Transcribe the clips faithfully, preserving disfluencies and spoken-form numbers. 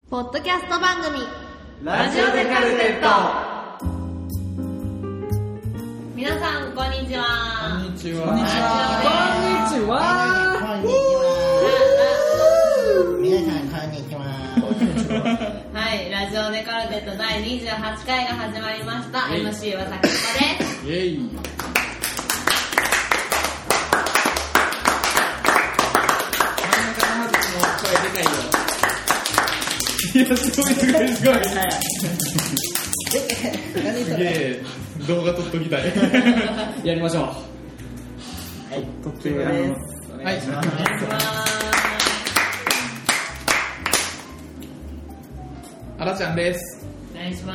ポッドキャスト番組ラジオデカルテット。 皆さんこんにちは。 こんにちは。 こんにちは。 こんにちは。皆さんこんにちは。 はい、ラジオデカルテットだいにじゅうはちかいが始まりました。 エムシー は竹下です。 イエイ。いや、すごいすごいすごい。すげえ、動画撮っときたい。やりましょう。はい、撮ってやります。はい、お願いします。あらちゃんです。 お願いします。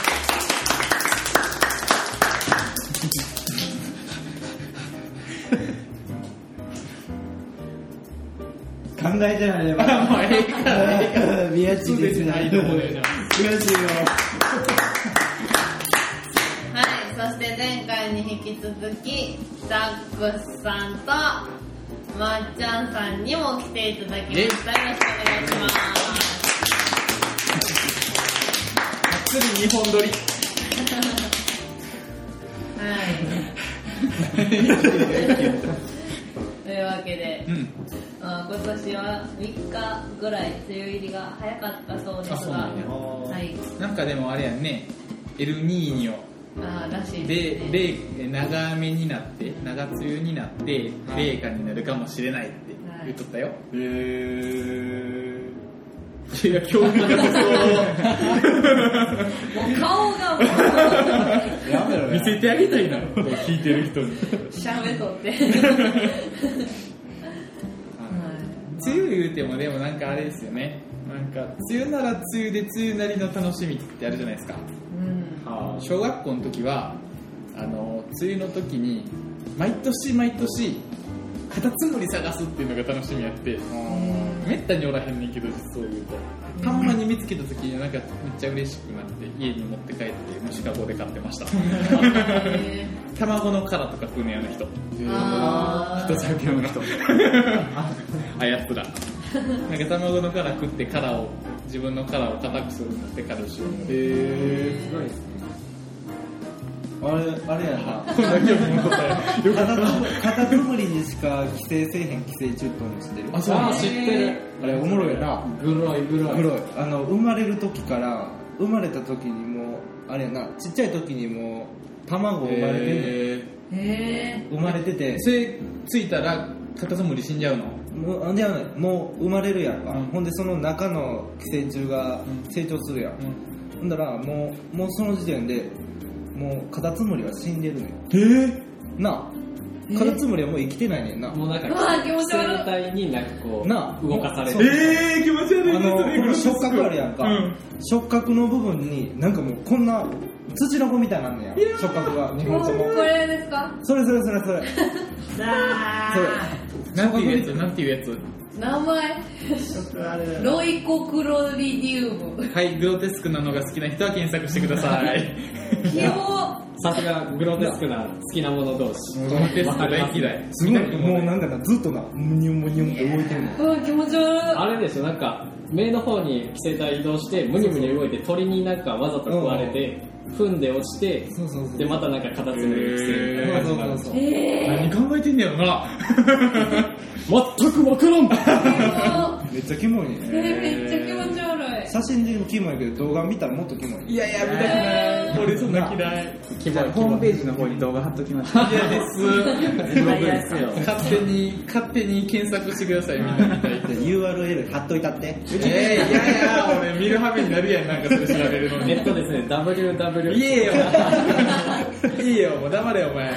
考えてないね。 まあ、もうええから、ええから。 宮地ですね。 ないと思うねんな。 宮地よ。 はい、そして前回に引き続きザックスさんとまっちゃんさんにも来ていただきました。よろしくお願いします。 がっつりにほん撮り。 はい。というわけで、 うん、 あ今年はみっかぐらい梅雨入りが早かったそうですが、はい、 なんかでもあれやんね、エルニーニョあらしいで、 ですね。 で長雨になって長梅雨になって冷夏になるかもしれないって言っとったよ。へー。いや、興味なさそう。 もう顔がもうやめろよ。 見せてあげたいな、聞いてる人に。 シャメとって梅雨言うてもでもなんかあれですよね、なんか梅雨なら梅雨で梅雨なりの楽しみってあるじゃないですか。 うん、 小学校の時はあの梅雨の時に毎年毎年カタツムリ探すっていうのが楽しみやって、めったにおらへんねんけど、そういうとたんまに見つけた時になんかめっちゃ嬉しくなって家に持って帰って虫かごで飼ってました。卵の殻とか食うねやな人、 あ人先の人あやつらなんか卵の殻食って殻を自分の殻を硬くするのでカルシウム。へえ、すごいですね。 あれ、あれやな。 こんな興味持ったよ。 カタツムリにしか寄生せえへん寄生虫っての知ってる？ あ、そうあ、知ってる。あれおもろいな。 グロいグロいグロい。あの生まれる時から生まれた時にもあれやな、ちっちゃい時にも卵生まれてんねん。 へえ。 生まれてて。 それついたらカタツムリ死んじゃうの？ もうじゃあもう生まれるやんか、 うん、 ほんでその中の寄生虫が成長するやん、うん、ほんだらもうもうその時点でもうカタツムリは死んでるねん。 えー、 なあ、カタツムリはもう生きてないねんな。 もうなんか気持ち悪い生体になんかこうな動かされて、 えー、気持ち悪い。 あのこの触覚あるやんか、うん、触覚の部分になんかもうこんな土の子みたいなんねや、触覚がにほんとも。 これですか？ それそれそれそれあそれなんていうやつなんていうやつ名前ロイコクロリディウム。 はい、グロテスクなのが好きな人は検索してください。 キモ。 さすがグロテスクな好きなもの同士。 グロテスク大嫌い。 すごい、もうなんかなずっとなムニュンムニュンって動いてるの。 うわ気持ち悪い。 あれでしょ、なんか目の方に寄生体移動してムニュムニュ動いて鳥になんかわざと食われて踏んで落ちて、 そうそうそう、 でまたなんかカタツムリに寄生みたいな感じになる。 そうそうそう、 何考えてんねやろな。 全くわからん。 めっちゃキモいね。 それめっちゃ気持ち悪い。 写真でもキモいけど動画見たらもっとキモい。 いやいや、見たくない。俺そんな嫌い。 じゃあホームページの方に動画貼っときます。 嫌です嫌ですよ。 勝手に勝手に検索してください。みんな見たいって。 ユーアールエル 貼っといたって。 えー、いやいや、俺見る羽目になるやん、なんかそれ調べるのに。 ネットですね、ダブリューダブリュー。 いえよ。いいよ、もう黙れよお前。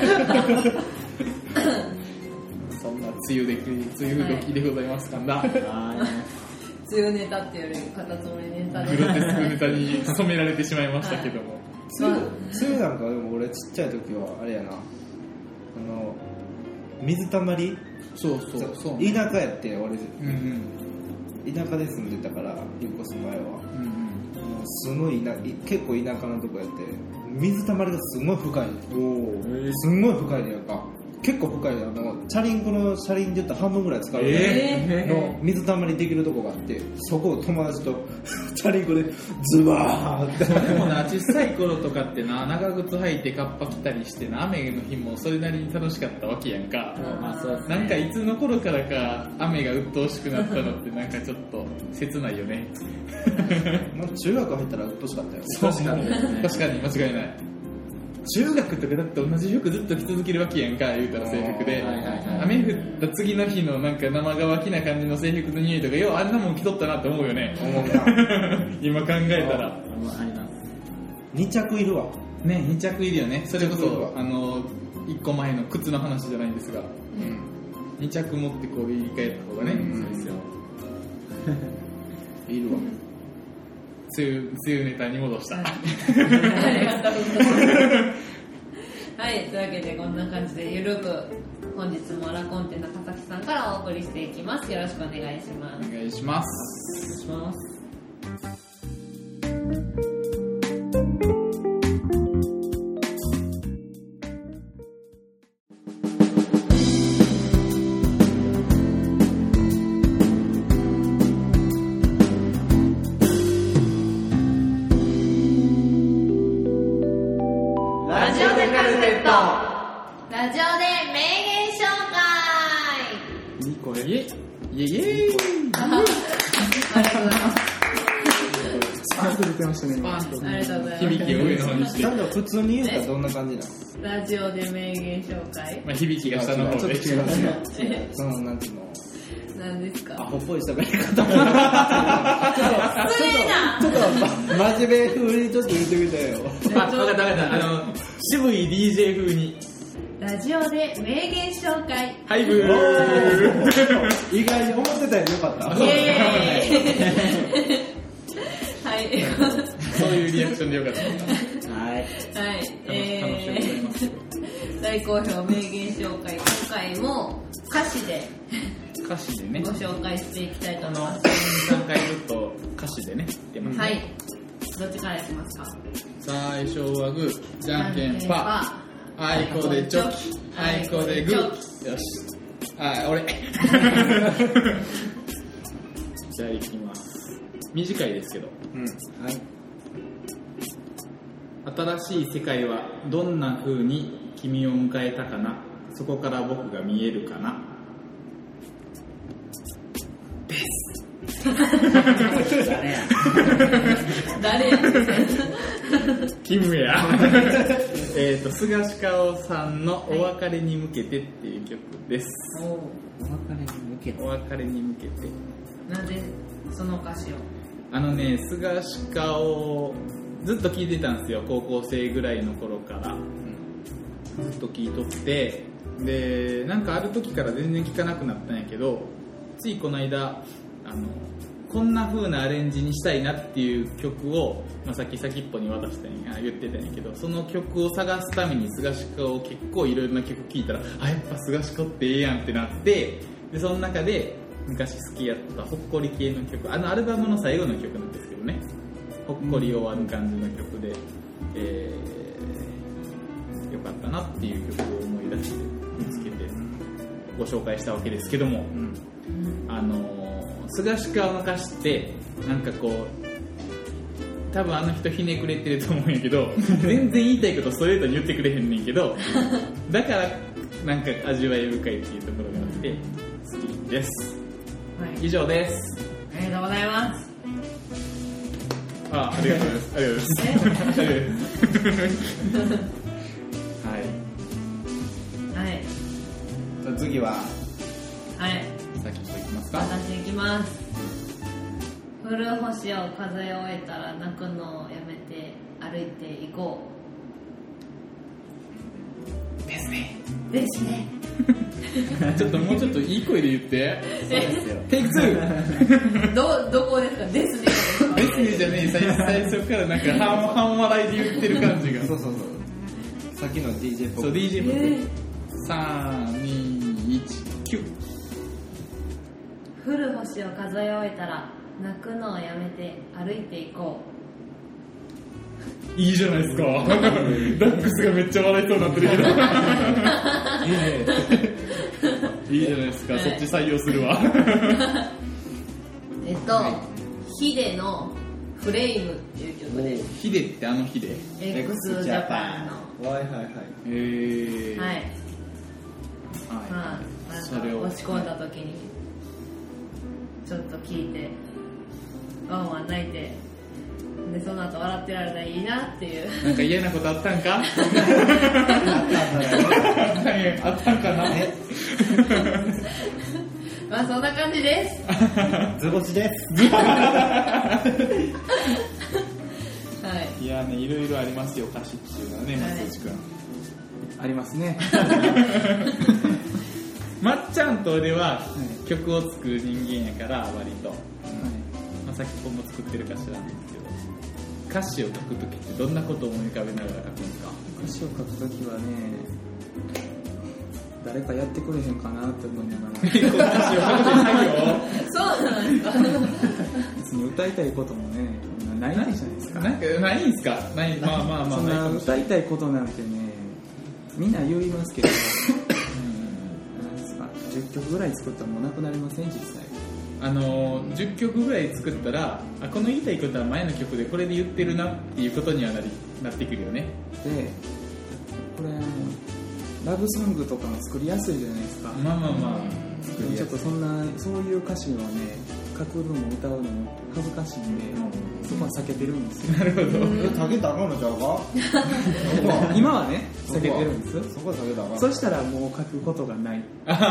そんな梅雨で梅雨時でございますからな。 梅雨ネタっていうよりカタツムリネタで。 グロテスクネタに染められてしまいましたけども。 梅雨、梅雨なんかでも俺ちっちゃい時はあれやな。あの水たまり。 そうそうそう。 田舎やって俺、 うんうん、田舎で住んでたから引っ越す前は、 うんうん、 もうすごいな結構田舎のとこやって水たまりがすごい深い。おお。すごい深いねやんか。 結構深いあのチャリンコの車輪で言ったら半分ぐらい使うえの水たまりできるとこがあって、そこを友達とチャリンコでズバーってでもな小さい頃とかってな長靴履いてカッパ着たりしてな雨の日もそれなりに楽しかったわけやんか。 まあそうですね。 なんかいつの頃からか雨が鬱陶しくなったのってなんかちょっと切ないよね。 まあ中学入ったらうっとしかったよ。 確かに確かに間違いない。中学とかだって同じ服ずっと着続けるわけやんか言うたら制服で、 はいはいはい、 雨降った次の日のなんか生乾きな感じの制服の匂いとかようあんなもん着とったなって思うよね。 思うな今考えたらああります。 に着いるわねに着いるよね。それこに着いるわそあのいっこまえの靴の話じゃないんですが、 うんに着持ってこう言い換えた方がね、 うんそうですよ。 いるわ梅雨梅雨ネタに戻した。 ありがとうございますはい、というわけでこんな感じでゆるく本日もラコンテ中崎さんからお送りしていきます。よろしくお願いします。 お願いします。 お願いします。 ラジオで名言紹介。 いい声。イエイイエイイエイ。 ありがとうございます。 スパーク出てましたね今。 ありがとうございます響きを上の方にして。 なんだ普通に言うたらどんな感じなの？ ラジオで名言紹介。 まあ響きが下の方で。 ちょっと違いますねそのなんていうの何ですか？ アホっぽい喋り方失礼な。 ちょっと真面目風にちょっと言ってみたよあ、分かった分かった。あの渋い ディージェー 風に。 ラジオで名言紹介。 はいブー。 意外に思ってたよりよかったイエーイはいそういうリアクションでよかった。 はいはい、えー、大好評名言紹介、今回も歌詞で歌詞でね。 ご紹介していきたいとあの思います。 さんかいずっと歌詞でね出ますね。 はい、どっちからいきますか？ 最初はグー、じゃんけんパー。あいこでチョキ、あいこでグー。よし。あ、俺。じゃあ行きます。短いですけど。 うんはい新しい世界はどんな風に君を迎えたかな。そこから僕が見えるかな。 誰やキムや。えっと菅氏香さんのお別れに向けてっていう曲です。 おお別れに向けてお別れに向けて。 なんでその歌詞を？ あのね、菅氏香をずっと聴いてたんですよ。高校生ぐらいの頃から、うん、ずっと聴いとって、でなんかある時から全然聴かなくなったんやけど、ついこの間あのこんな風なアレンジにしたいなっていう曲を、まあ、さっき先っぽに渡したんや言ってたんやけど、その曲を探すために菅氏香を結構いろいろな曲聴いたら、あ、やっぱ菅氏香ってええやんってなって、でその中で昔好きやったほっこり系の曲、あのアルバムの最後の曲なんですけどね、ほっこり終わる感じの曲で、えー、よかったなっていう曲を思い出して見つけてご紹介したわけですけども、うん、あの菅氏香の歌詞ってなんかこう多分あの人ひねくれてると思うんやけど全然言いたいことストレートに言ってくれへんねんけどだからなんか味わい深いっていうところがあって好きです、はい、以上です。 ありがとうございます。 あ、ありがとうございます。ありがとうございます。ありがとうございますはい。はい。 じゃあ次ははい。 先っぽいきますか。 私行きます。降る星を数え終えたら泣くのをやめて歩いていこう。 ですね。 ですね。 ちょっともうちょっといい声で言って。 そうですよ。 テイクツー。 どどこですか？ですね。 ですねじゃねえ。最初からなんか半半笑いで言ってる感じが。 そうそうそうさっきの ディージェー っぽくそう ディージェー っぽく、えー、さんにいちきゅう。 降る星を数え終えたら泣くのをやめて歩いていこう。 いいじゃないですか。ダックスがめっちゃ笑いそうになってるけど。いいじゃないですか、 はいそっち採用するわ。 えっと、ヒデのフレイムっていう曲です。 ヒデってあのヒデ。 X ジャパンの。 はいはいはい。 へー。 はい。 はい。 まあ、なんかそれを落ち込んだ時にちょっと聞いてワンワン泣いてでその後笑ってられたらいいなっていうなんか嫌なことあったんか？あったんかな？ まあそんな感じです。 図星です。 はいいやね、いろいろありますよ、歌詞っていうのはね、 はい松内くん。 ありますね。 まっちゃんと俺は曲を作る人間やから割と、まあ、さっき本も作ってるかしらなんですけど、歌詞を書くときってどんなことを思い浮かべながら書くんですか？ 歌詞を書くときはね、誰かやってくれへんかなって思いながら、 歌詞を書く作そうなんですか。 別に歌いたいこともね、ないないじゃないですか。 業なんかないんすか？ないまあまあまあそんなないかもしれない。 歌いたいことなんてね、みんな言いますけど、なんですか、じゅっきょくぐらい作ったらもうなくなりません、実際。 あのー、じゅっきょくぐらい作ったら、あ、この言いたいことは前の曲でこれで言ってるなっていうことにはなりなってくるよね。 で、これあのラブソングとかも作りやすいじゃないですか。 まあまあまあ、作りやすいちょっとそんなそういう歌詞をね書くのも歌うのも恥ずかしいんで、そこは避けてるんですよ。 なるほど。 え、下げたらあかんのちゃうか？ 今はね避けてるんです。 そこは下げたらあかん。 そしたらもう書くことがない。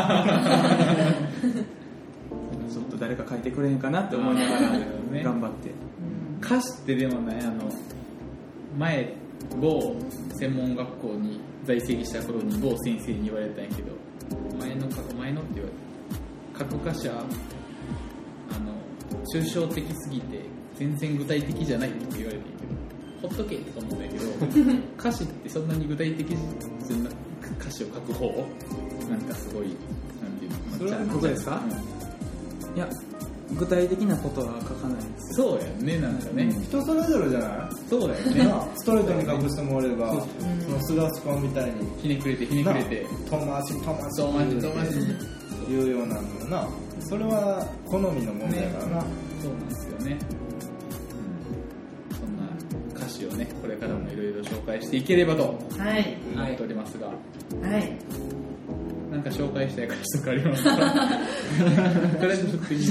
ちょっと誰か書いてくれへんかなって思いながらね頑張って。 歌詞ってでもね、あの前某専門学校に在籍した頃に某先生に言われたんやけど、前の過去前のって言われた、過去歌詞はあの抽象的すぎて全然具体的じゃないって言われてんけど、ほっとけとか思うんだけど歌詞ってそんなに具体的じゃな歌詞を書く方なんかすごい、なんていうの、 それは僕ですか？いや具体的なことは書かないです。 そうやんね、なんかね、 人それぞれじゃない？ そうだよね。 なストレートに隠してもらえば、そのスラスコンみたいにひねくれてひねくれて、 遠回し遠回し遠回し遠回し言うようなのよな。それは好みの問題やからな。 そうなんですよね、うん、そんな歌詞をねこれからもいろいろ紹介していければとはい思っておりますが、 はいなんか紹介したい歌詞とかありますか？これちょっといい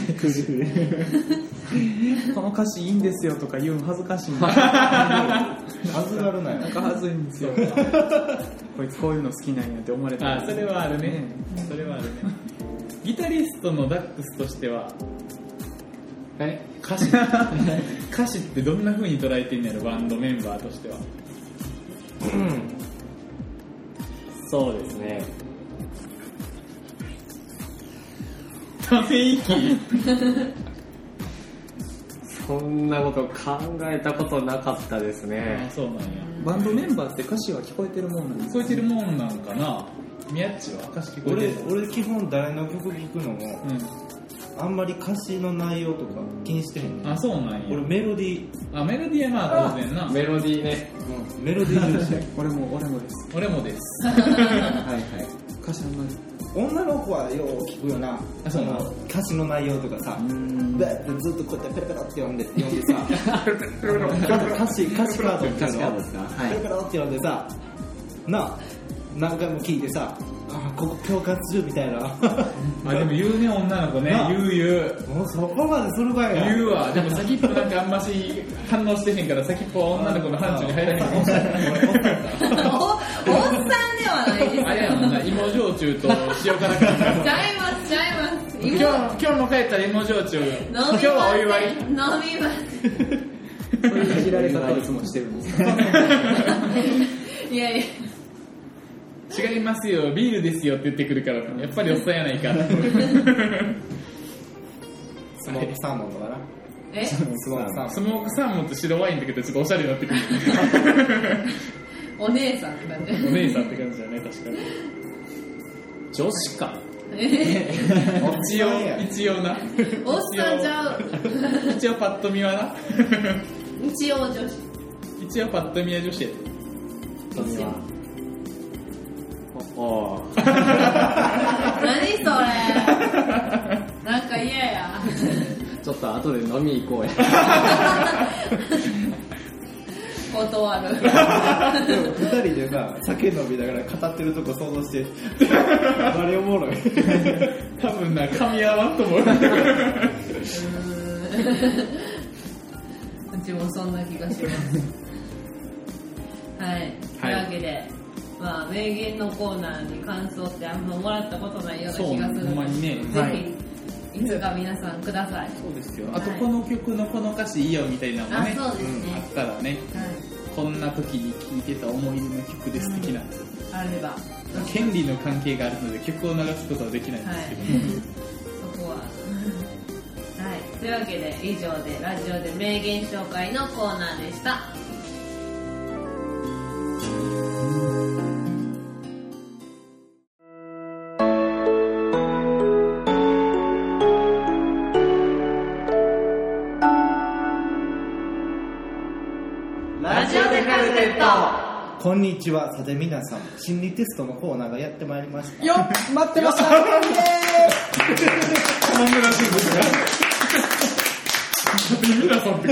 この歌詞いいんですよとか言うの恥ずかしいんで恥ずがるなよ。 なんか恥ずいんですよ。こいつこういうの好きなんやって思われたら。 あ、それはあるね、 ねそれはあるね。ギタリストのダックスとしてはえ歌詞歌詞ってどんな風に捉えてんのやろ、バンドメンバーとしては。 そうですね。 ため息そんなこと考えたことなかったですあ、 ね。 そうなんや。 バンドメンバーって歌詞は聞こえてるもんなんです聞こえてるもんなんかな。宮っちは歌詞聞こえてる？ 俺俺基本誰の曲聴くのもうあんまり歌詞の内容とか気にしてへんねん。あ、そうなんや。 俺メロディー、 あ、メロディーはまあ当然な。 メロディーね。 うん、メロディー重視。 俺も俺もです。 俺もです。 はいはい。 歌詞あんまり。 女の子はよう聞くよな。 あそうなのの歌詞の内容とかさ、 んベッてずっとこうやってペラペラって読んで読んでさ、歌詞歌詞カードっていうの、 歌詞カードですかはいペラペラって読んでさ、な何回も聞いてさ、あここ共感するみたいな。 あ、でも言うね、女の子ね。 な言う言う。 もうそこまでするかいな。 言うわ。でも先っぽなんかあんまし反応してへんから、先っぽは女の子の範疇に入らへんかもしれない。 おおっさんではないです。 あれやもんな、芋焼酎と塩辛か。 ちゃいますちゃいます。 今日、今日も帰ったら芋焼酎。 飲み今日はお祝い。 飲みます。 そういういじられ方をいつもしてるんですよ。 いやいや。 違いますよ、ビールですよって言ってくるから、やっぱりおっさんやないか。 スモークサーモンとかな。 えスモークサーモン。 スモークサーモンと白ワインだけどちょっとおしゃれになってくる。 お姉さんって感じ。 お姉さんって感じだね、確かに。 女子か。 え一応、一応な。 おっさんちゃう。 一応パッと見はな。 一応女子。 一応パッと見は女子やで。 それはおお何それなんか嫌やちょっと後で飲み行こうや断る二人でさ酒飲みながら語ってるとこ想像してバリおもろい多分な噛み合わんと思う。 うーんうちもそんな気がしますはい、というわけで、まあ、名言のコーナーに感想ってあんまもらったことないような気がするので、 そうほんまにねぜはいひいつか皆さんください。 そうですよ。あとはいこの曲のこの歌詞いいよみたいなのもね、 あそうですねんあったらね、 はい、 こんな時に聴いてた思い出の曲です的な、 あれば権利の関係があるので曲を流すことはできないんですけど、ねそこははい、というわけで以上でラジオで名言紹介のコーナーでした。ラジオでカルテット。 こんにちは。さて皆さん、心理テストのコーナーがやってまいりました。 よっ待ってましたイエこの村しいですが皆さんって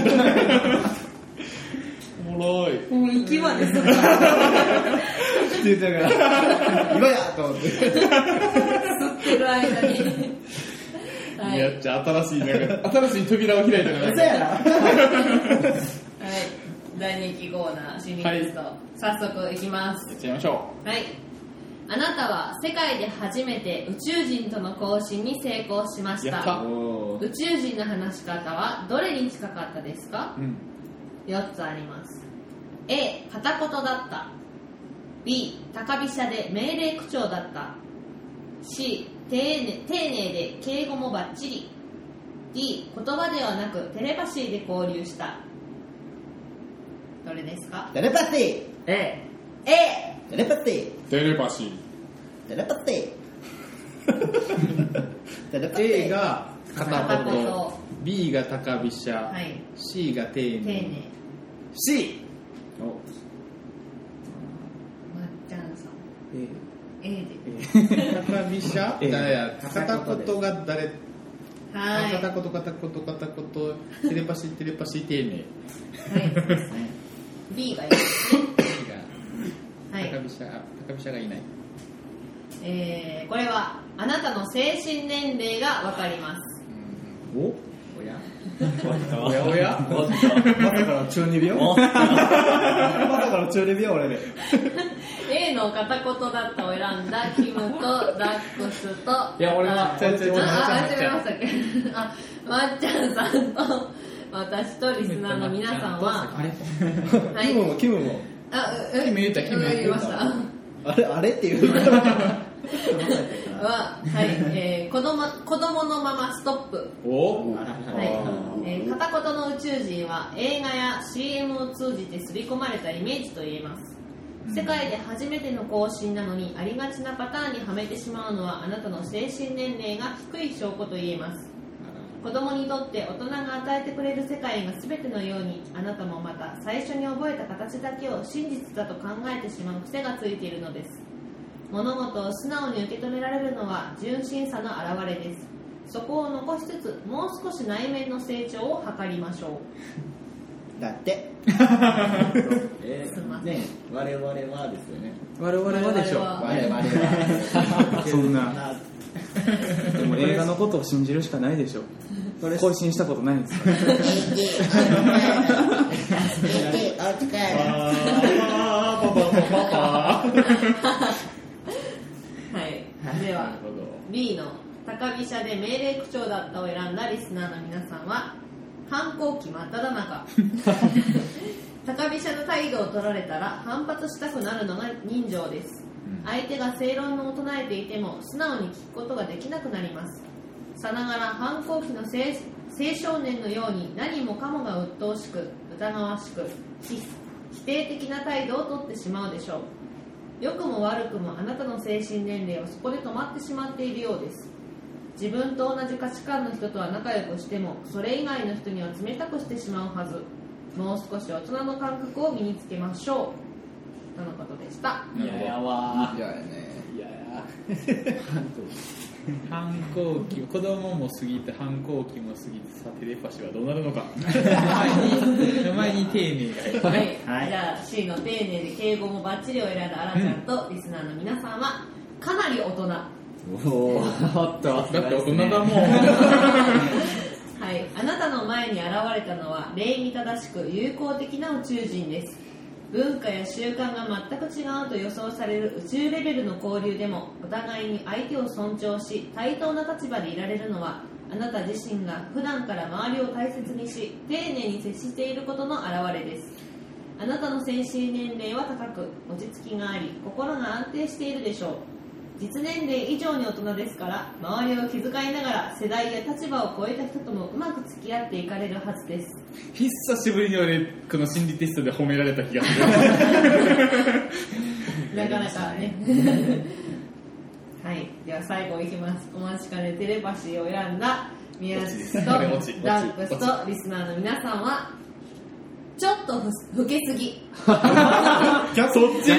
おもろい。 もう息までするって言ったから今やと思って吸ってる間にはいやっちゃ新しいなんか新しい扉を開いたから嘘やなはい、大人気コーナー心理テスト、早速いきます。 やっちゃいましょはい。あなたは世界で初めて宇宙人との交信に成功しましやったた。 おー宇宙人の話し方はどれに近かったですかう。うん。 よっつあります。A、片言だった。B、高飛車で命令口調だった。C、丁寧、丁寧で敬語もバッチリ。D、言葉ではなくテレパシーで交流した。どれですか？ テレパシー A、A、 テレパシーテレパシー。 テレパシーテレパシ A ーが片片言言、B が高飛車、 はい C が丁寧。 丁寧。 C おまっちゃんさん。 ー A で。 高飛車 A 誰や片言が誰はい。 片言片言片言テレパシーテレパシー丁寧。 はい。B がいいですね。 B がはい。 高飛車高飛車がいない。 えー、これはあなたの精神年齢がわかります。 おおやおやおやまさかの中二病まさかの中二病俺で A の片言だったを選んだキムとダックスと、 いや俺はあちょいちょいちょいあ、あ、 まっちゃん違いましたっけあ、まっちゃんさんと私とリスナーの皆さんは、 あれはいキムもキムもあ、うキム言ったキム言いました。 あれあれっていうは、はい、えー、子供子供のままストップ。 おはい、えー、片言の宇宙人は映画や シーエム を通じて刷り込まれたイメージと言えます。世界で初めての更新なのにありがちなパターンにはめてしまうのはあなたの精神年齢が低い証拠と言えます。子供にとって大人が与えてくれる世界が全てのように、あなたもまた最初に覚えた形だけを真実だと考えてしまう癖がついているのです。物事を素直に受け止められるのは純真さの表れです。そこを残しつつもう少し内面の成長を図りましょう。 だってえすいませんね我々はですよね。 我々はでしょ我々は我々はそんなでも映画のことを信じるしかないでしょ更新したことないんですからはい、では B の高飛車で命令口調だったを選んだリスナーの皆さんは、反抗期真っ只中高飛車の態度を取られたら反発したくなるのが人情です。相手が正論を唱えていても素直に聞くことができなくなります。さながら反抗期の 青, 青少年のように何もかもが鬱陶しく疑わしく否定的な態度をとってしまうでしょう。良くも悪くもあなたの精神年齢はそこで止まってしまっているようです。自分と同じ価値観の人とは仲良くしてもそれ以外の人には冷たくしてしまうはず。 もう少し大人の感覚を身につけましょうとのことでした。 いややわいややねいやや反抗期、子供も過ぎて反抗期も過ぎて、さあテレパシーはどうなるのか前に前に丁寧がはい、 はいじゃあ C の丁寧で敬語もバッチリを選んだあらちゃんとリスナーの皆さんはかなり大人。 おおーっとだって大人だもんはい、あなたの前に現れたのは礼儀正しく友好的な宇宙人です。文化や習慣が全く違うと予想される宇宙レベルの交流でもお互いに相手を尊重し対等な立場でいられるのはあなた自身が普段から周りを大切にし丁寧に接していることの表れです。あなたの精神年齢は高く落ち着きがあり心が安定しているでしょう。実年齢以上に大人ですから周りを気遣いながら世代や立場を超えた人ともうまく付き合っていかれるはずです。 久しぶりに俺この心理テストで褒められた気がするなかなかねはい、では最後いきます。お待ちかねテレパシーを選んだ宮地とダ落ちックスとリスナーの皆さんはちょっとふ老けすぎそっち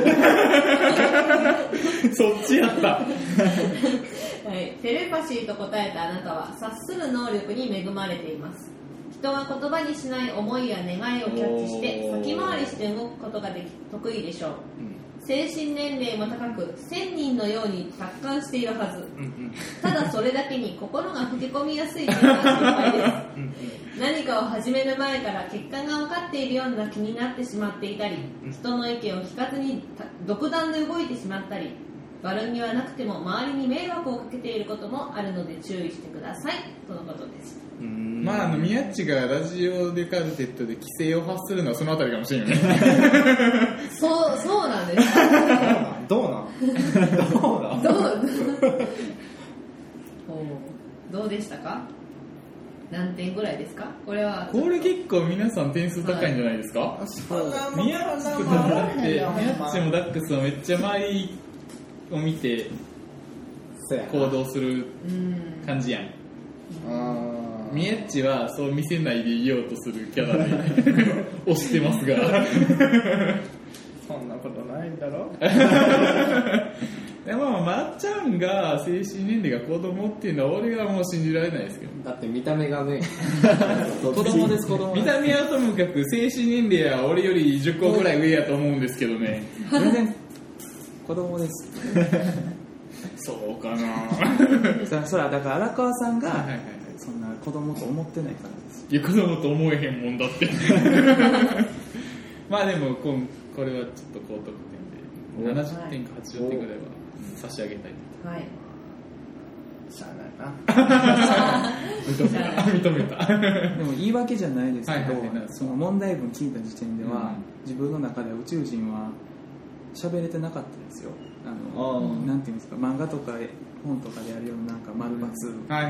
そっちやったはい、テレパシーと答えたあなたは察する能力に恵まれています。人は言葉にしない思いや願いをキャッチして先回りして動くことができ得意でしょう、うん、精神年齢も高く千人のように達観しているはず、うんうん、ただそれだけに心が吹き込みやすい点が心配です何かを始める前から結果が分かっているような気になってしまっていたり人の意見を聞かずに独断で動いてしまったり悪気はなくても周りに迷惑をかけていることもあるので注意してくださいとのことです。 うーんまああの宮地がラジオデカルテットで規制を発するのはそのあたりかもしれんよねそうそうなんですどうなんどうなんどうどうでしたか。何点ぐらいですか。これはこれ結構皆さん点数高いんじゃないですか、はい、宮地とかだって宮地もダックスもめっちゃ周りを見て行動する感じやん。 あ宮地はそう見せないでいようとするキャラで推してますがそんなことないんだろでもまっちゃんが精神年齢が子供っていうのは俺はもう信じられないですけど。 だって見た目がね子供です子供見た目はともかく精神年齢は俺よりじゅっこぐらい上やと思うんですけどね全然子供ですそうかなそそれはだから荒川さんが、 はいはいはい、 そんな子供と思ってないからです。 いや子供と思えへんもんだってまあでもこんこれはちょっと高得点でななじゅってんかはちじゅってんぐらいは差し上げたい。 はい。 しゃあないな認めた認めたでも言い訳じゃないですけど、 はいはいはい、 その問題文聞いた時点では、 うん、 自分の中では宇宙人は喋れてなかったんですよ。あのなんていうんですか、漫画とか本とかでやるようななんか丸×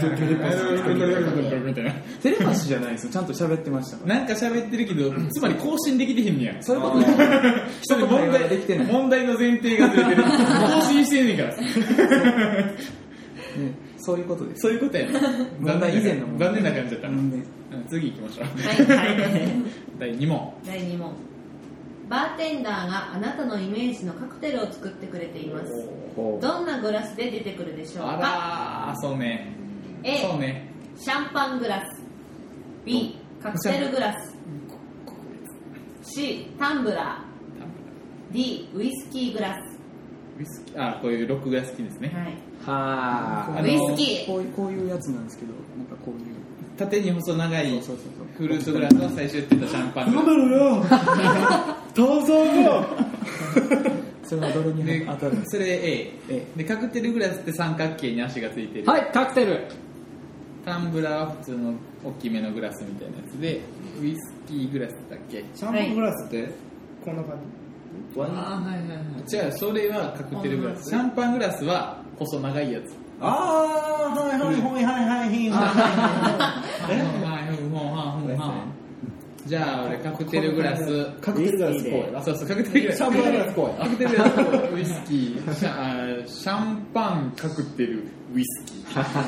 みたいなテレパシーじゃないですよ。ちゃんと喋ってましたから。 なんか喋ってるけど、つまり更新できてへんねや。 そういうことです。 一人問題できてない。問題の前提がずれてる。更新してんねんから。 ね、そういうことです。 そういうことやね。 問題以前の問題。 残念な感じだったな。次行きましょう。 はいはい。 だいに問。 だいに問。バーテンダーがあなたのイメージのカクテルを作ってくれています。どんなグラスで出てくるでしょうか。 あらー、そうね。 A、 そうね。 シャンパングラス。 B、カクテルグラス。 C、タンブラー。 D、ウイスキーグラス。 ウイスキー、あ、こういうロックグラス好きですね。 はい。 はあ、ウイスキー。 こういうこういうやつなんですけど、なんかこういう縦に細長いそうそうそうフルーツグラスは最初言ってたシャンパングラス。 なんだろうなどうぞそれはどれにで当たるんですか。 それ A、 A でカクテルグラスって三角形に足がついてる。 はいカクテル。 タンブラーは普通の大きめのグラスみたいなやつで、ウイスキーグラスだっけ。 シャンパングラスってこんな感じ。ワインあはいはいはい。 じゃあそれはカクテルグラス。シャンパングラスは細長いやつ。 ああはいはいはいはいはいじゃあ俺カクテルグラス。 カクテルグラスこう。 そうそうカクテルグラス。 シャンパングラスこう。 カクテルグラスとウイスキー。シャシャンパンカクテルウイスキ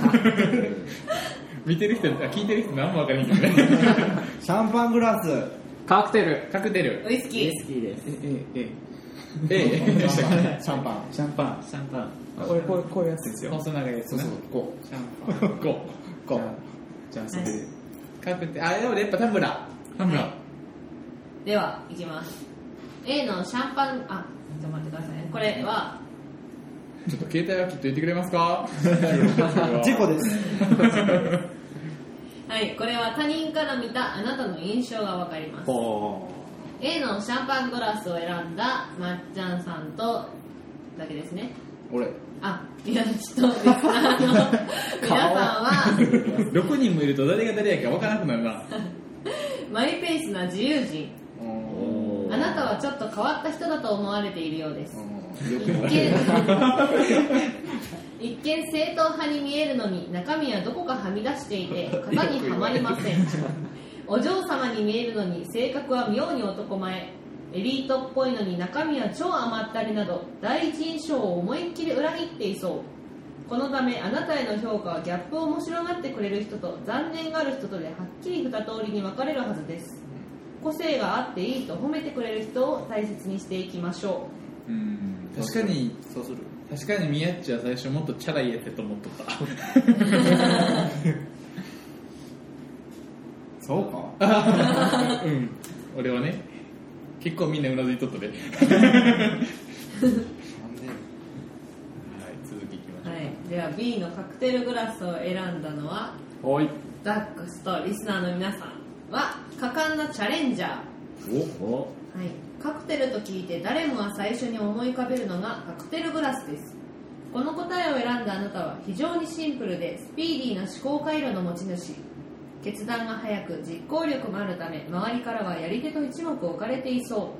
ー。見てる人、聞いてる人何も分からへんけどね。 シャンパングラス。 カクテル。 カクテル。 ウイスキー。 ウイスキーです。 えええええ、でしたっけ？ シャンパンシャンパンシャンパン。 これこれこういうやつですよ。 細長いやつな。 こシャンパン。 こうこじゃあじゃあそれでう。カクテル。あ、でもやっぱタンブラー。タンブラー。 では、いきます。A のシャンパン、あ、ちょっと待ってくださいね。これは、 ちょっと携帯はきっと言ってくれますか？ う事故です。 はい、これは他人から見たあなたの印象がわかります。A のシャンパングラスを選んだまっちゃんさんとだけですね。 俺あ、いや、ちょっとですね、あの皆さんはろくにんもいると誰が誰やか分からなくなるな。 マイペースな自由人。あなたはちょっと変わった人だと思われているようです。一見一見正統派に見えるのに中身はどこかはみ出していて型にはまりません。お嬢様に見えるのに性格は妙に男前、エリートっぽいのに中身は超甘ったりなど第一印象を思いっきり裏切っていそう。このためあなたへの評価はギャップを面白がってくれる人と残念がある人とではっきり二通りに分かれるはずです。個性があっていいと褒めてくれる人を大切にしていきましょう。うん確かにそうする。 確かにミヤッチは最初もっとチャラいやつやと思っとった。 そうか。 うん。俺はね結構みんなうなずいとったで。はいなんで？ 続きいきましょう。 う。はい、では B のカクテルグラスを選んだのはおい。 ザックスとリスナーの皆さんは果敢なチャレンジャー。 おお。 はい、カクテルと聞いて誰もが最初に思い浮かべるのがカクテルグラスです。この答えを選んだあなたは非常にシンプルでスピーディーな思考回路の持ち主。決断が早く実行力もあるため周りからはやり手と一目置かれていそう。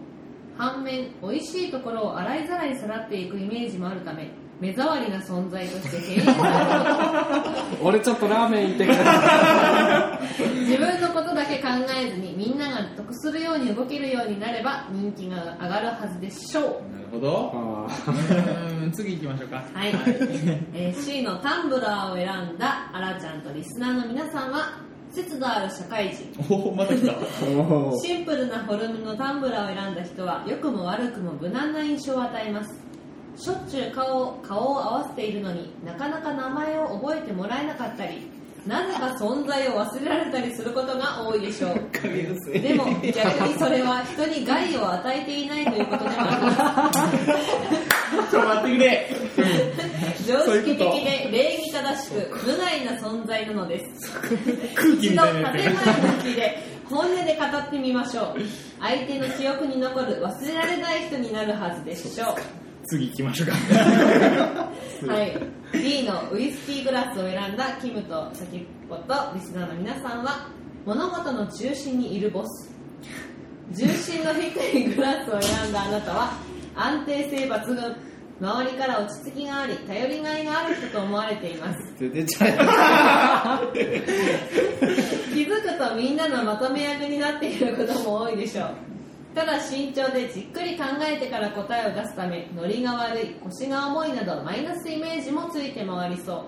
反面美味しいところを洗いざらいさらっていくイメージもあるため目障りな存在として敬遠される。 俺ちょっとラーメン行ってくれ。 自分のことだけ考えずにみんなが得するように動けるようになれば人気が上がるはずでしょう。 なるほど。 あうん次行きましょうか。 はい、えー、C のタンブラーを選んだあらちゃんとリスナーの皆さんは節度ある社会人。 おおまた来た。 シンプルなフォルムのタンブラーを選んだ人は良くも悪くも無難な印象を与えます。しょっちゅう顔顔を合わせているのになかなか名前を覚えてもらえなかったりなぜか存在を忘れられたりすることが多いでしょう。でも逆にそれは人に害を与えていないということでもあります。 ちょっと待ってくれ。 常識的で礼儀正しく無害な存在なのです。 空気みたいなや一度建前の気で本音で語ってみましょう。相手の記憶に残る忘れられない人になるはずでしょう。 次行きましょうか。 はい、B のウイスキーグラスを選んだキムとサキッポとリスナーの皆さんは物事の中心にいるボス。重心の低いグラスを選んだあなたは安定性抜群、周りから落ち着きがあり頼りがいがある人と思われています。 出ちゃう。 気づくとみんなのまとめ役になっていることも多いでしょう。ただ慎重でじっくり考えてから答えを出すためノリが悪い、腰が重いなどマイナスイメージもついて回りそう。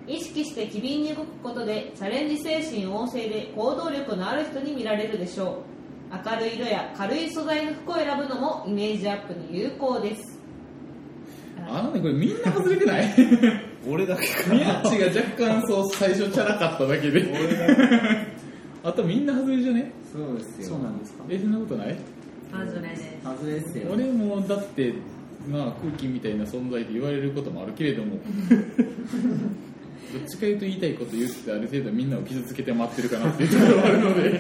意識して機敏に動くことでチャレンジ精神旺盛で行動力のある人に見られるでしょう。明るい色や軽い素材の服を選ぶのもイメージアップに有効です。 あのねこれみんな外れてない？ 俺だけか。 ミヤッチが若干そう最初チャラかっただけで。あとみんな外れじゃね？ そうですよ。 そうなんですか。 えそんなことない？ 外れです。 外れですよ。 俺もだってまあ空気みたいな存在って言われることもあるけれどもどっちか言うと言いたいこと言ってある程度みんなを傷つけて待ってるかなっていうところがあるので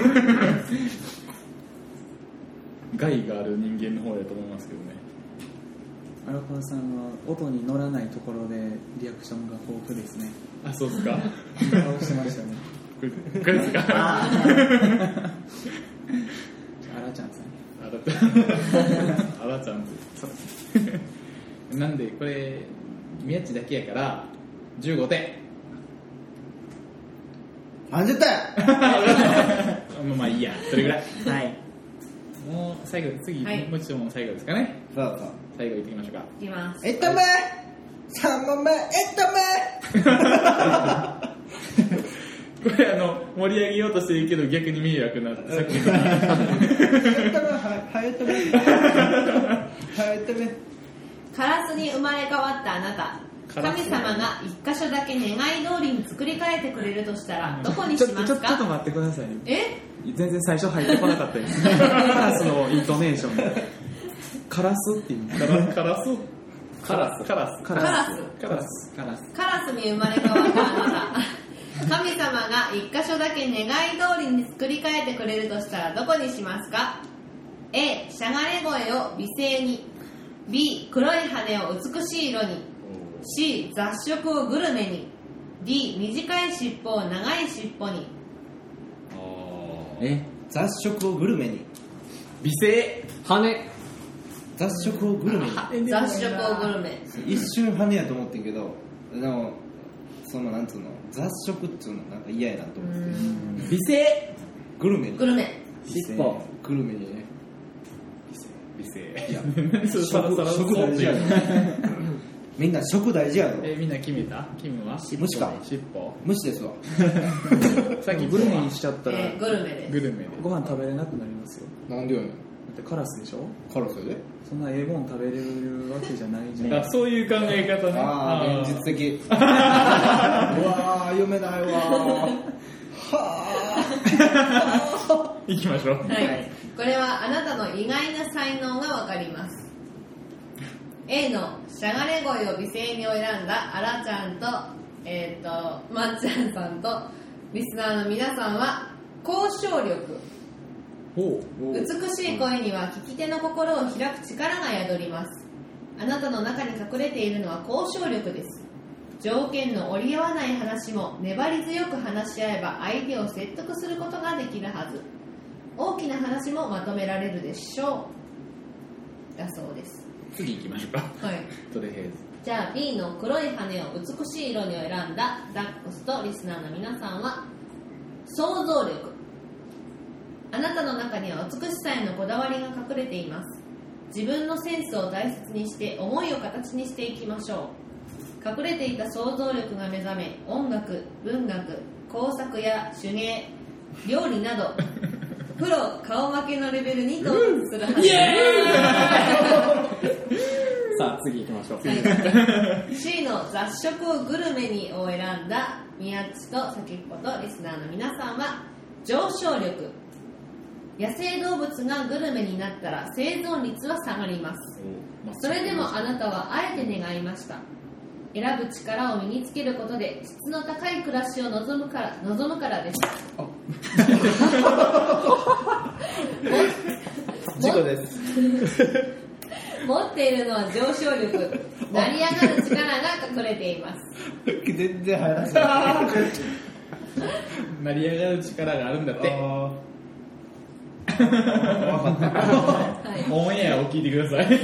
害がある人間の方やと思いますけどね。 荒川さんは音に乗らないところでリアクションが豊富ですね。 あそうですか。 顔してましたね。 これこれですか。 あらちゃんさん。 あらちゃんあらちゃんなんでこれ宮地だけやからじゅうごてん。 さんじゅってん。 まあまあいいやそれぐらい。 はい。 もう最後次、 はい、 もう一度もう最後ですかね。 そうそう。 最後いってきましょうか。 いきます。 えっためさんばんめえっためこれあの盛り上げようとしてるけど逆に迷惑なってさっきのはやっためはやっためカラスに生まれ変わったあなた、神様が一箇所だけ願い通りに作り変えてくれるとしたらどこにしちょっとますちょっとちょっとか？ 待ってください。 え全然最初入ってこなかったです。カラスのイントネーションで。カラスっていう。 カラカラスカラスカラスカカラスカラスカラス。 カラスに生まれ変わったあなた、神様が一箇所だけ願い通りに作り変えてくれるとしたらどこにしますか？ A. しゃがれ声を美声に、 B. 黒い羽を美しい色に、 C. 雑食をグルメに、 D. 短い尻尾を長い尻尾に。 え雑食をグルメに美声羽雑食をグルメに雑食をグルメ。 一瞬羽やと思ってんけどでもそのなんつうの雑食っつうのなんか嫌やなと思って美声グルメにグルメ。 尻尾グルメにね美声いやそうさらさら食大事やろみんな食大事やろえみんな決めた？キムは無視か尻尾無視ですわさっきグルメにしちゃったら、 えーグルメです。 グルメでご飯食べれなくなりますよ。 なんでやねんだってカラスでしょ。 カラスでそんなええもん食べれるわけじゃないじゃん。 あそういう考え方ねああ現実的うわー読めないわは行きましょうはい、これはあなたの意外な才能がわかります。 A のしゃがれ声を美声にを選んだあらちゃんと、えー、とまっちゃんさんとリスナーの皆さんは交渉力。 ほ美しい声には聞き手の心を開く力が宿ります。あなたの中に隠れているのは交渉力です。条件の折り合わない話も粘り強く話し合えば相手を説得することができるはず。大きな話もまとめられるでしょう。だそうです。 次行きましょうかはい。 とりあえずじゃあ B の黒い羽を美しい色に選んだダックスとリスナーの皆さんは想像力。あなたの中には美しさへのこだわりが隠れています。自分のセンスを大切にして思いを形にしていきましょう。隠れていた想像力が目覚め、音楽、文学、工作や手芸、料理などプロ顔負けのレベルに到達するはずです。 さあ次行きましょう。 はい、C の雑食をグルメにを選んだ宮地と先っぽとリスナーの皆さんは上昇力。野生動物がグルメになったら生存率は下がります。それでもあなたはあえて願いました。選ぶ力を身につけることで質の高い暮らしを望むから望むからです。 事故です持っているのは上昇力。成り上がる力が隠れています。 全然入らせない成り上がる力があるんだって分かったはい、 オンエアを聞いてください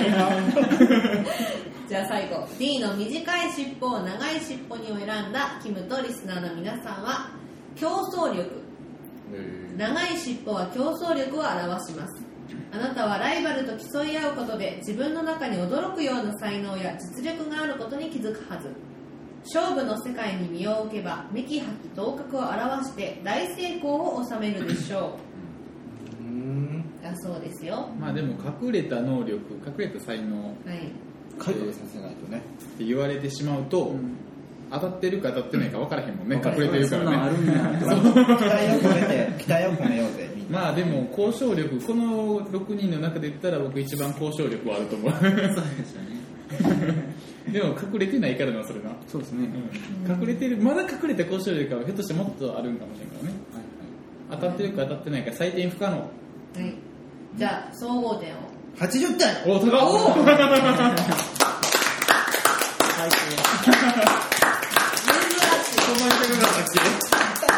じゃあ最後 D の短い尻尾を長い尻尾にを選んだキムとリスナーの皆さんは競争力。長い尻尾は競争力を表します。あなたはライバルと競い合うことで自分の中に驚くような才能や実力があることに気づくはず。勝負の世界に身を置けばめきはき頭角を表して大成功を収めるでしょう。うーんだそうですよ。 まあでも隠れた能力隠れた才能はい開花させないとねって言われてしまうと、うん、当たってるか当たってないか分からへんもんね、隠れてるかそんなんあらね。 るんや期待を込めて期待を込めようぜみんな。 まあでも交渉力、このろくにんの中で言ったら僕一番交渉力はあると思う。そうですよね。でも隠れてないからな、それな。 そうですね、 うん、隠れてる、まだ隠れた交渉力はひょっとしてもっとあるんかもしれんからね、はいはい、当たってるか当たってないか採点不可能。はい、 じゃあ総合点をはちじゅってん。 お高っ。お珍しい。 そんなに高かったっけ。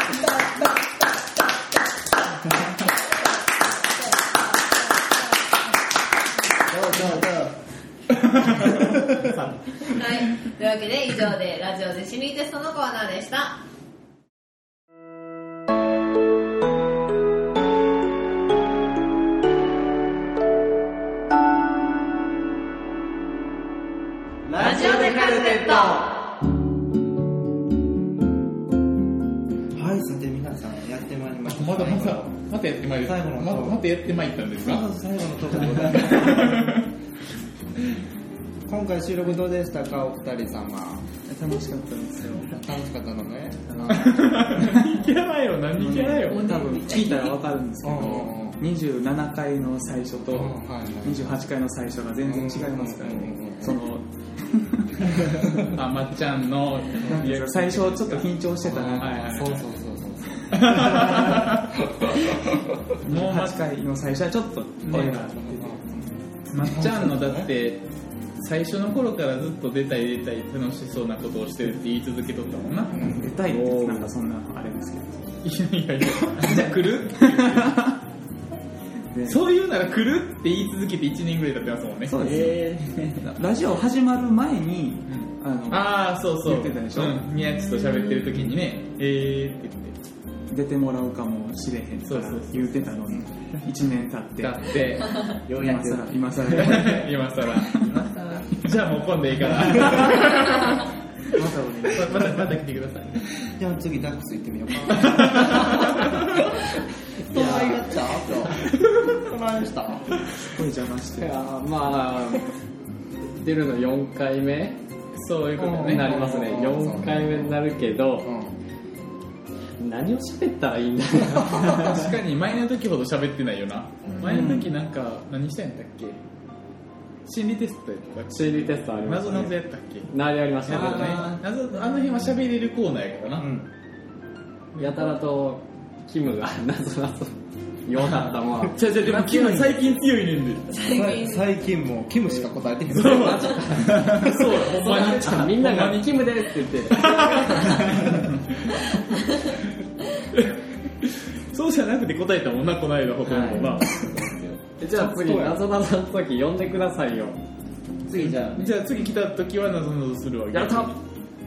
はい、というわけで以上でラジオでシミテストのコーナーでした。ラジオでカルテット。 はい、 ままたやってまいったんですか？ 最後のところで今回収録どうでしたか、お二人様？ 楽しかったですよ。 楽しかったのね。 何キャラよ、何キャラよ。 多分聞いたら分かるんですけど、にじゅうななかいの最初とにじゅうはちかいの最初が全然違いますからね。そのあ、まっちゃんの最初ちょっと緊張してたな。 そうそうそうそう。 もうはちかいの最初はちょっと声がまっちゃんのだって最初の頃からずっと出たい出たい楽しそうなことをしてるって言い続けとったもんな。 出たいってなんかそんなあれですけど。 いやいやいや、じゃあ来るそういうなら来るって言い続けていちねんぐらい経ってますもんね。 そうです、えー、ラジオ始まる前に、 うん、あのあーそうそう言ってたでしょ、 うん、宮地と喋ってる時にね、えーって言って出てもらうかもしれへんから言ってたのにいちねん経ってだってようやく今更今更じゃあもう今度いいからまたまたまた来てください。 じゃあ次ダックス行ってみようかそうやっちゃうと何したこれ邪魔して。 いやまあ出るのよんかいめそういうことにねなりますね。よんかいめになるけど、何を喋ったらいいんだろう確かに前の時ほど喋ってないよな。前の時なんか何したんやったっけ？心理テストやったっけ？ 心理テストありましたね。 謎々やったっけ？ 何ありましたけどね。 あの辺は喋れるコーナーやからな、 うん、やたらとキムが謎々弱かったもん。 ちゃちゃでもキム最近強いねんで。 最最近もうキムしか答えてへん。 そうそうほんまにみんながキムですって言ってそうじゃなくて答えたもんな、この間ほとんどな、はい、 じゃあ次謎々の時呼んでくださいよ。 次じゃあじゃあ次来た時は謎々するわけ。 やった、はい、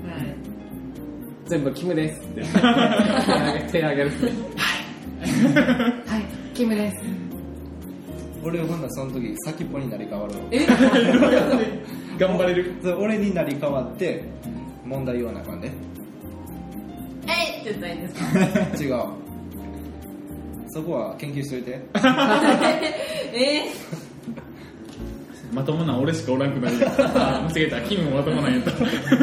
全部キムですって手あげるはいキムです。 俺はほんならその時先っぽになり変わる。 え頑張れる。 俺になり変わって問題言わなあかんね。 えいって言ったらいいんですか？ 違う、そこは研究しといてえー、まともな俺しかおらんくなるあ間違えた、キムもまともなんやった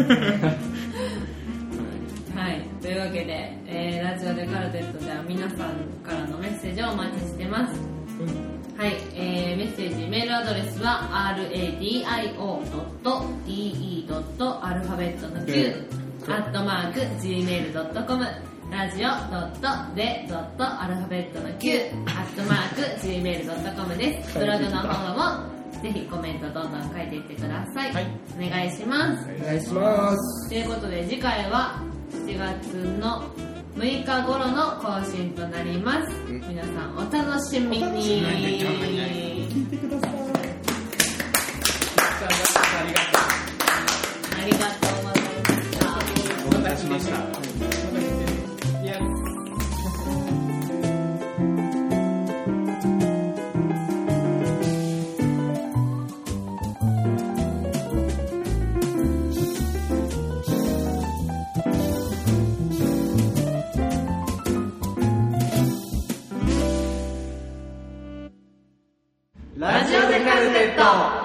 はい、というわけで、えー、ラジオでカルテットでは皆さんからのメッセージをお待ちしてます、うん、はい、えー、メッセージメールアドレスは ラディオ ドット ディーイー ドット アルファベットのきゅう、アットマーク ジーメール ドット コム、ラジオ ドット デ ドット アルファベットのきゅう、アットマーク ジーメール ドット コム です。ブログの方もぜひコメントどんどん書いていってください、はい、お願いします。 お願いします。 ということで次回はしちがつのむいか頃の更新となります。皆さんお楽しみに。 聞いてください。 ありがとうございました。 お待たせしました。いやラジオでカルテット。